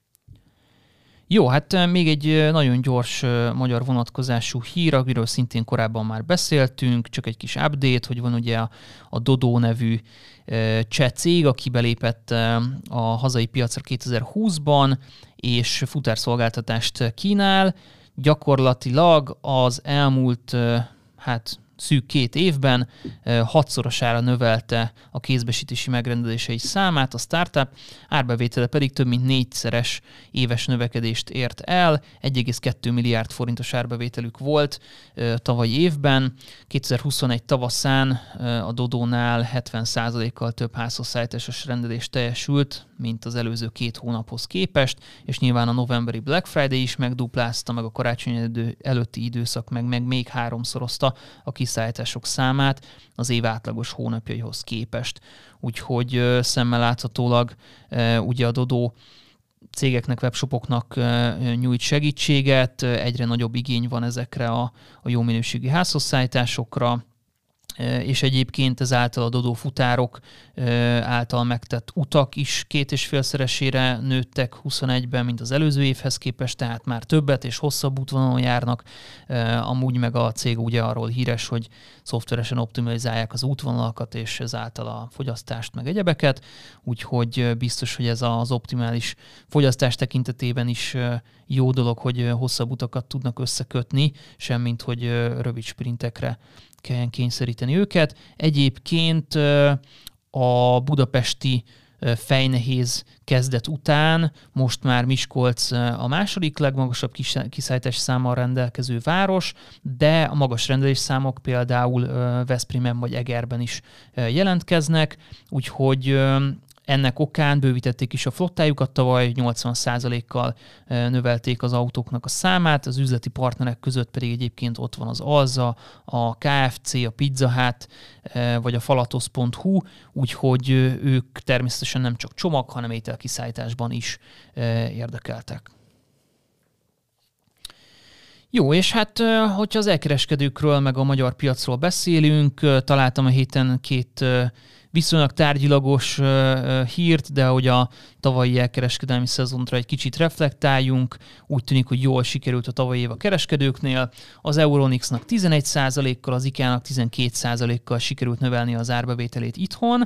S1: Jó, hát még egy nagyon gyors magyar vonatkozású hír, amiről szintén korábban már beszéltünk, csak egy kis update, hogy van ugye a Dodo nevű cseh cég, aki belépett a hazai piacra 2020-ban, és futárszolgáltatást kínál. Gyakorlatilag az elmúlt szűk 2 évben 6-szorosára növelte a kézbesítési megrendelései számát, a startup árbevétele pedig több mint 4-szeres éves növekedést ért el, 1,2 milliárd forintos árbevételük volt tavalyi évben. 2021 tavaszán a Dodónál 70%-kal több házhozszállításos rendelés teljesült, mint az előző 2 hónaphoz képest, és nyilván a novemberi Black Friday is megduplázta, meg a karácsony előtti időszak meg még 3-szorozta a kiszállítások számát az év átlagos hónapjaihoz képest. Úgyhogy szemmel láthatólag ugye a Dodo cégeknek, webshopoknak nyújt segítséget, egyre nagyobb igény van ezekre a jó minőségi házhozszállításokra, és egyébként ezáltal a Dodo futárok által megtett utak is 2,5-szeresére nőttek 21-ben, mint az előző évhez képest, tehát már többet és hosszabb útvonalon járnak. Amúgy meg a cég ugye arról híres, hogy szoftveresen optimalizálják az útvonalakat, és ezáltal a fogyasztást meg egyebeket, úgyhogy biztos, hogy ez az optimális fogyasztás tekintetében is jó dolog, hogy hosszabb utakat tudnak összekötni, semmint hogy rövid sprintekre kelljen kényszeríteni őket. Egyébként a budapesti fejnehéz kezdet után most már Miskolc a második legmagasabb kiszállítás számmal rendelkező város, de a magas rendelés számok például Veszprémben vagy Egerben is jelentkeznek, úgyhogy ennek okán bővítették is a flottájukat, tavaly 80%-kal növelték az autóknak a számát, az üzleti partnerek között pedig egyébként ott van az Alza, a KFC, a Pizza Hut, vagy a Falatos.hu, úgyhogy ők természetesen nem csak csomag, hanem ételkiszállításban is érdekeltek. Jó, és hát, hogyha az elkereskedőkről meg a magyar piacról beszélünk, találtam a héten 2 viszonylag tárgyilagos hírt, de hogy a tavalyi elkereskedelmi szezonra egy kicsit reflektáljunk, úgy tűnik, hogy jól sikerült a tavalyi év a kereskedőknél. Az Euronicsnak 11%-kal, az IKEA-nak 12%-kal sikerült növelni az árbevételét itthon.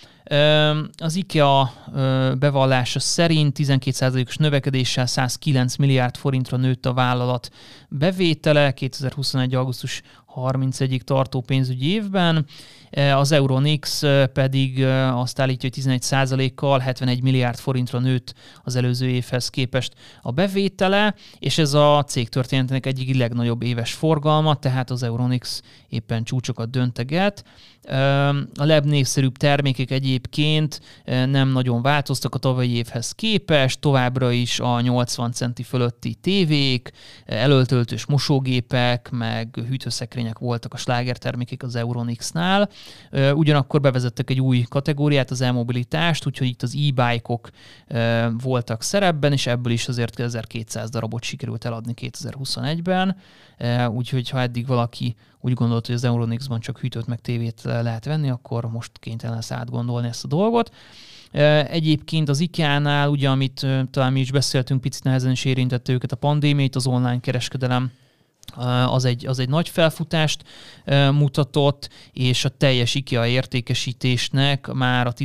S1: Az IKEA bevallása szerint 12%-os növekedéssel 109 milliárd forintra nőtt a vállalat bevétele 2021. augusztus 31-ig tartó pénzügyi évben. Az Euronics pedig azt állítja, hogy 11%-kal 71 milliárd forintra nőtt az előző évhez képest a bevétele, és ez a cég történetének egyik legnagyobb éves forgalma, tehát az Euronics éppen csúcsokat dönteget. A legnépszerűbb termékek egyébként nem nagyon változtak a tavalyi évhez képest, továbbra is a 80 centi fölötti tévék, elöltöltős mosógépek, meg hűtőszekrények voltak a slágertermékek az Euronicsnál. Ugyanakkor bevezettek egy új kategóriát, az e-mobilitást, úgyhogy itt az e-bike-ok voltak szerepben, és ebből is azért 1200 darabot sikerült eladni 2021-ben. Úgyhogy ha eddig valaki úgy gondolt, hogy az Euronicsban csak hűtőt meg tévét lehet venni, akkor most kénytelen lesz átgondolni ezt a dolgot. Egyébként az IKEA-nál, ugye, amit talán mi is beszéltünk, picit nehezen is érintette őket a pandémiát, az online kereskedelem az egy nagy felfutást mutatott, és a teljes IKEA értékesítésnek már a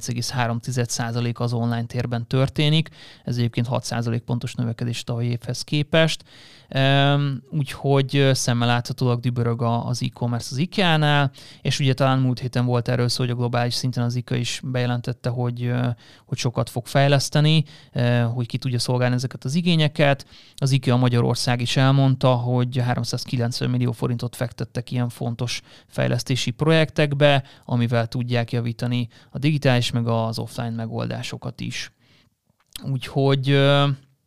S1: 19,3% az online térben történik. Ez egyébként 6% pontos növekedés tavalyi évhez képest. Úgyhogy szemmel láthatólag dübörög az e-commerce az IKEA-nál, és ugye talán múlt héten volt erről szó, hogy a globális szinten az IKEA is bejelentette, hogy sokat fog fejleszteni, hogy ki tudja szolgálni ezeket az igényeket. Az IKEA Magyarország is elmondta, hogy 390 millió forintot fektettek ilyen fontos fejlesztési projektekbe, amivel tudják javítani a digitális meg az offline megoldásokat is. Úgyhogy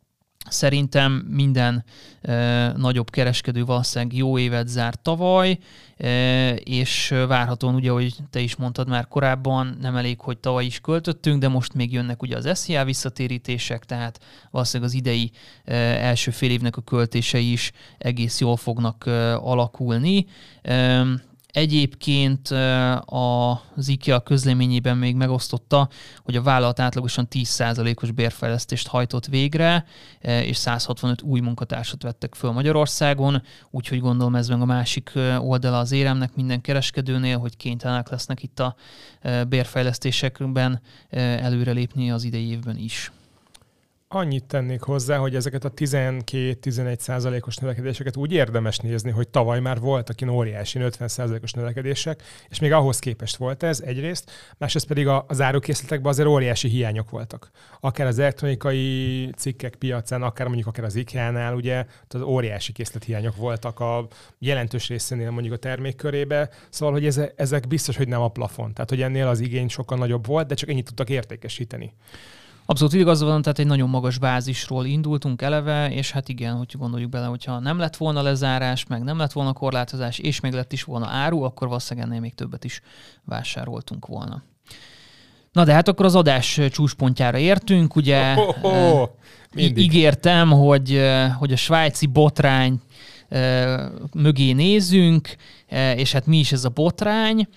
S1: Szerintem minden nagyobb kereskedő valószínűleg jó évet zárt tavaly, és várhatóan, ugye, ahogy te is mondtad már korábban, nem elég, hogy tavaly is költöttünk, de most még jönnek ugye az SZIA visszatérítések, tehát valószínűleg az idei első fél évnek a költései is egész jól fognak alakulni. Egyébként az IKEA közleményében még megosztotta, hogy a vállalat átlagosan 10%-os bérfejlesztést hajtott végre, és 165 új munkatársat vettek föl Magyarországon, úgyhogy gondolom ez meg a másik oldala az éremnek minden kereskedőnél, hogy kénytelenek lesznek itt a bérfejlesztésekben előrelépni az idei évben is.
S2: Annyit tennék hozzá, hogy ezeket a 12-11%-os növekedéseket úgy érdemes nézni, hogy tavaly már voltak ilyen óriási 50%-os növekedések, és még ahhoz képest volt ez egyrészt, másrészt pedig az árukészletekben azért óriási hiányok voltak. Akár az elektronikai cikkek piacán, akár az IKEA-nál, ugye, az óriási készlethiányok voltak a jelentős részénél mondjuk a termékkörébe, szóval, hogy ezek biztos, hogy nem a plafon. Tehát, hogy ennél az igény sokkal nagyobb volt, de csak ennyit tudtak értékesíteni.
S1: Abszolút igaz van, tehát egy nagyon magas bázisról indultunk eleve, és hát igen, hogy gondoljuk bele, hogyha nem lett volna lezárás, meg nem lett volna korlátozás, és még lett is volna áru, akkor valószínűleg ennél még többet is vásároltunk volna. Na de hát akkor az adás csúcspontjára értünk, ugye ígértem, hogy a svájci botrány mögé nézünk, és hát mi is ez a botrány.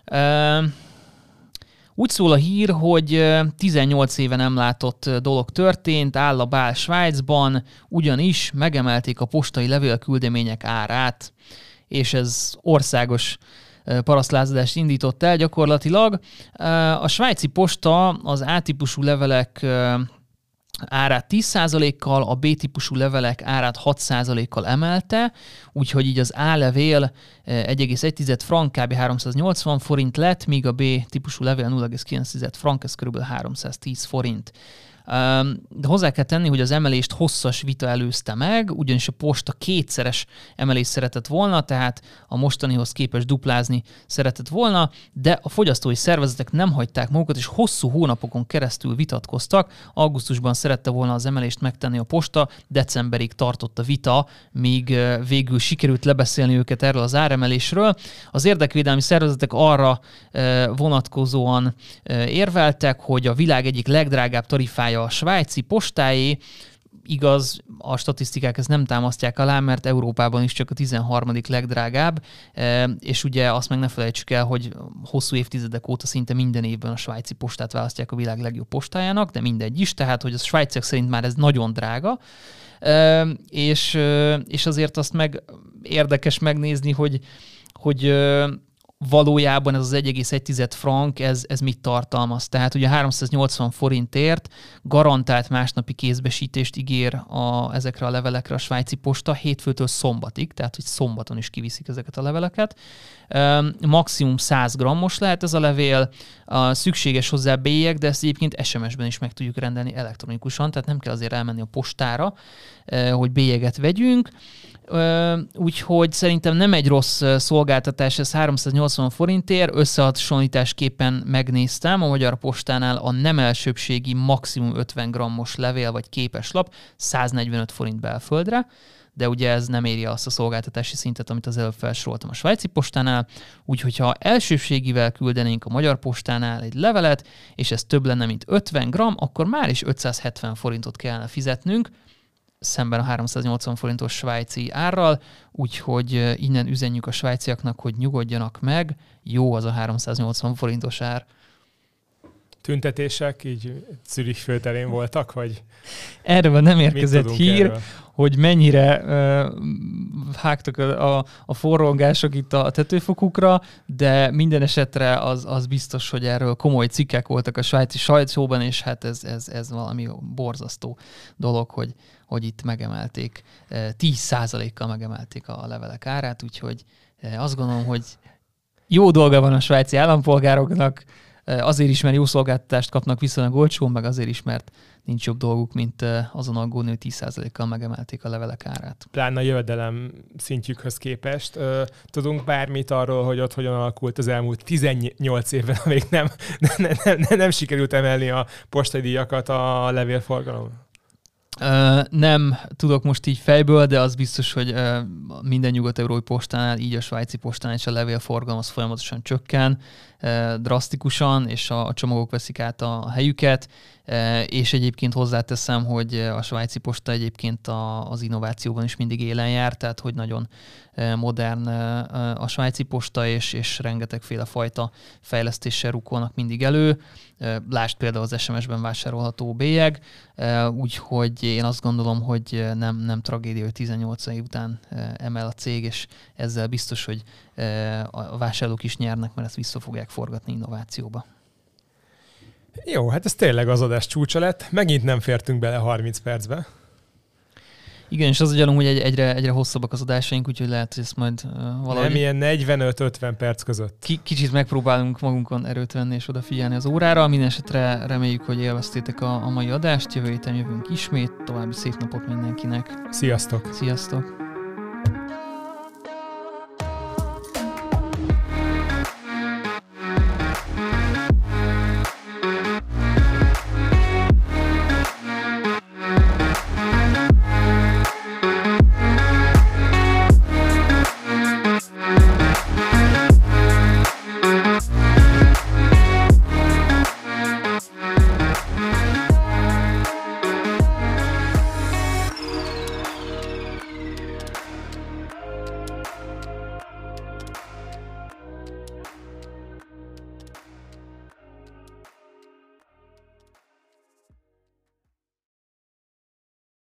S1: Úgy szól a hír, hogy 18 éve nem látott dolog történt, áll a bál Svájcban, ugyanis megemelték a postai levélküldemények árát, és ez országos parasztlázadást indított el gyakorlatilag. A svájci posta az A-típusú levelek árát 10%-kal, a B-típusú levelek árát 6%-kal emelte, úgyhogy így az A-levél 1,1 frank, kb. 380 forint lett, míg a B-típusú levél 0,9 frank, ez kb. 310 forint. De hozzá kell tenni, hogy az emelést hosszas vita előzte meg, ugyanis a posta kétszeres emelést szeretett volna, tehát a mostanihoz képest duplázni szeretett volna, de a fogyasztói szervezetek nem hagyták magukat, és hosszú hónapokon keresztül vitatkoztak. Augusztusban szerette volna az emelést megtenni a posta, decemberig tartott a vita, míg végül sikerült lebeszélni őket erről az áremelésről. Az érdekvédelmi szervezetek arra vonatkozóan érveltek, hogy a világ egyik legdrágább tarifája a svájci postáé, igaz, a statisztikák ezt nem támasztják alá, mert Európában is csak a 13. legdrágább, és ugye azt meg ne felejtsük el, hogy hosszú évtizedek óta szinte minden évben a svájci postát választják a világ legjobb postájának, de mindegy is, tehát hogy a svájciak szerint már ez nagyon drága, és azért azt meg érdekes megnézni, hogy valójában ez az 1,1 frank, ez mit tartalmaz? Tehát ugye 380 forintért garantált másnapi kézbesítést ígér ezekre a levelekre a svájci posta hétfőtől szombatig, tehát hogy szombaton is kiviszik ezeket a leveleket. Maximum 100 grammos lehet ez a levél, szükséges hozzá bélyeg, de ezt egyébként SMS-ben is meg tudjuk rendelni elektronikusan, tehát nem kell azért elmenni a postára, hogy bélyeget vegyünk. Úgyhogy szerintem nem egy rossz szolgáltatás, ez 380 forintért, összehasonlításképpen megnéztem, a Magyar Postánál a nem elsőbbségi maximum 50 grammos levél vagy képeslap 145 forint belföldre, de ugye ez nem éri azt a szolgáltatási szintet, amit az előbb felsoroltam a svájci postánál, úgyhogy ha elsőbségivel küldenénk a Magyar Postánál egy levelet, és ez több lenne, mint 50 gram, akkor már is 570 forintot kellene fizetnünk, szemben a 380 forintos svájci árral, úgyhogy innen üzenjük a svájciaknak, hogy nyugodjanak meg, jó az a 380 forintos ár. Tüntetések így Zürich főterén voltak, vagy? Erről nem érkezett hír, erről? Hogy mennyire hágtak a forrongások itt a tetőfokukra, de minden esetre az biztos, hogy erről komoly cikkek voltak a svájci sajtóban, és hát ez valami borzasztó dolog, hogy itt megemelték, 10%-kal megemelték a levelek árát, úgyhogy azt gondolom, hogy jó dolga van a svájci állampolgároknak, azért is, mert jó szolgáltatást kapnak viszonylag olcsón, meg azért is, mert nincs jobb dolguk, mint azon aggódni, hogy 10%-kal megemelték a levelek árát. Pláne a jövedelem szintjükhöz képest. Tudunk bármit arról, hogy ott hogyan alakult az elmúlt 18 évben, amíg nem sikerült emelni a postai díjakat a levélforgalom? Nem tudok most így fejből, de az biztos, hogy minden nyugat-európai postánál, így a svájci postánál is a levélforgalom az folyamatosan csökken, drasztikusan, és a csomagok veszik át a helyüket, és egyébként hozzáteszem, hogy a svájci posta egyébként az innovációban is mindig élen jár, tehát hogy nagyon modern a svájci posta, és rengetegféle fajta fejlesztéssel rukkolnak mindig elő. Lásd például az SMS-ben vásárolható bélyeg, úgyhogy én azt gondolom, hogy nem tragédia, hogy 18 év után emel a cég, és ezzel biztos, hogy a vásárlók is nyernek, mert ezt vissza fogják forgatni innovációba.
S2: Jó, hát ez tényleg az adás csúcsa lett. Megint nem fértünk bele 30 percbe.
S1: Igen, és az a gyanúm, hogy egyre hosszabbak az adásaink, úgyhogy lehet, hogy ezt majd valahogy...
S2: Nem, ilyen 45-50 perc között.
S1: Kicsit megpróbálunk magunkon erőt venni és odafigyelni az órára. Mindenesetre reméljük, hogy élveztétek a mai adást. Jövő héten jövünk ismét. További szép napot mindenkinek.
S2: Sziasztok!
S1: Sziasztok!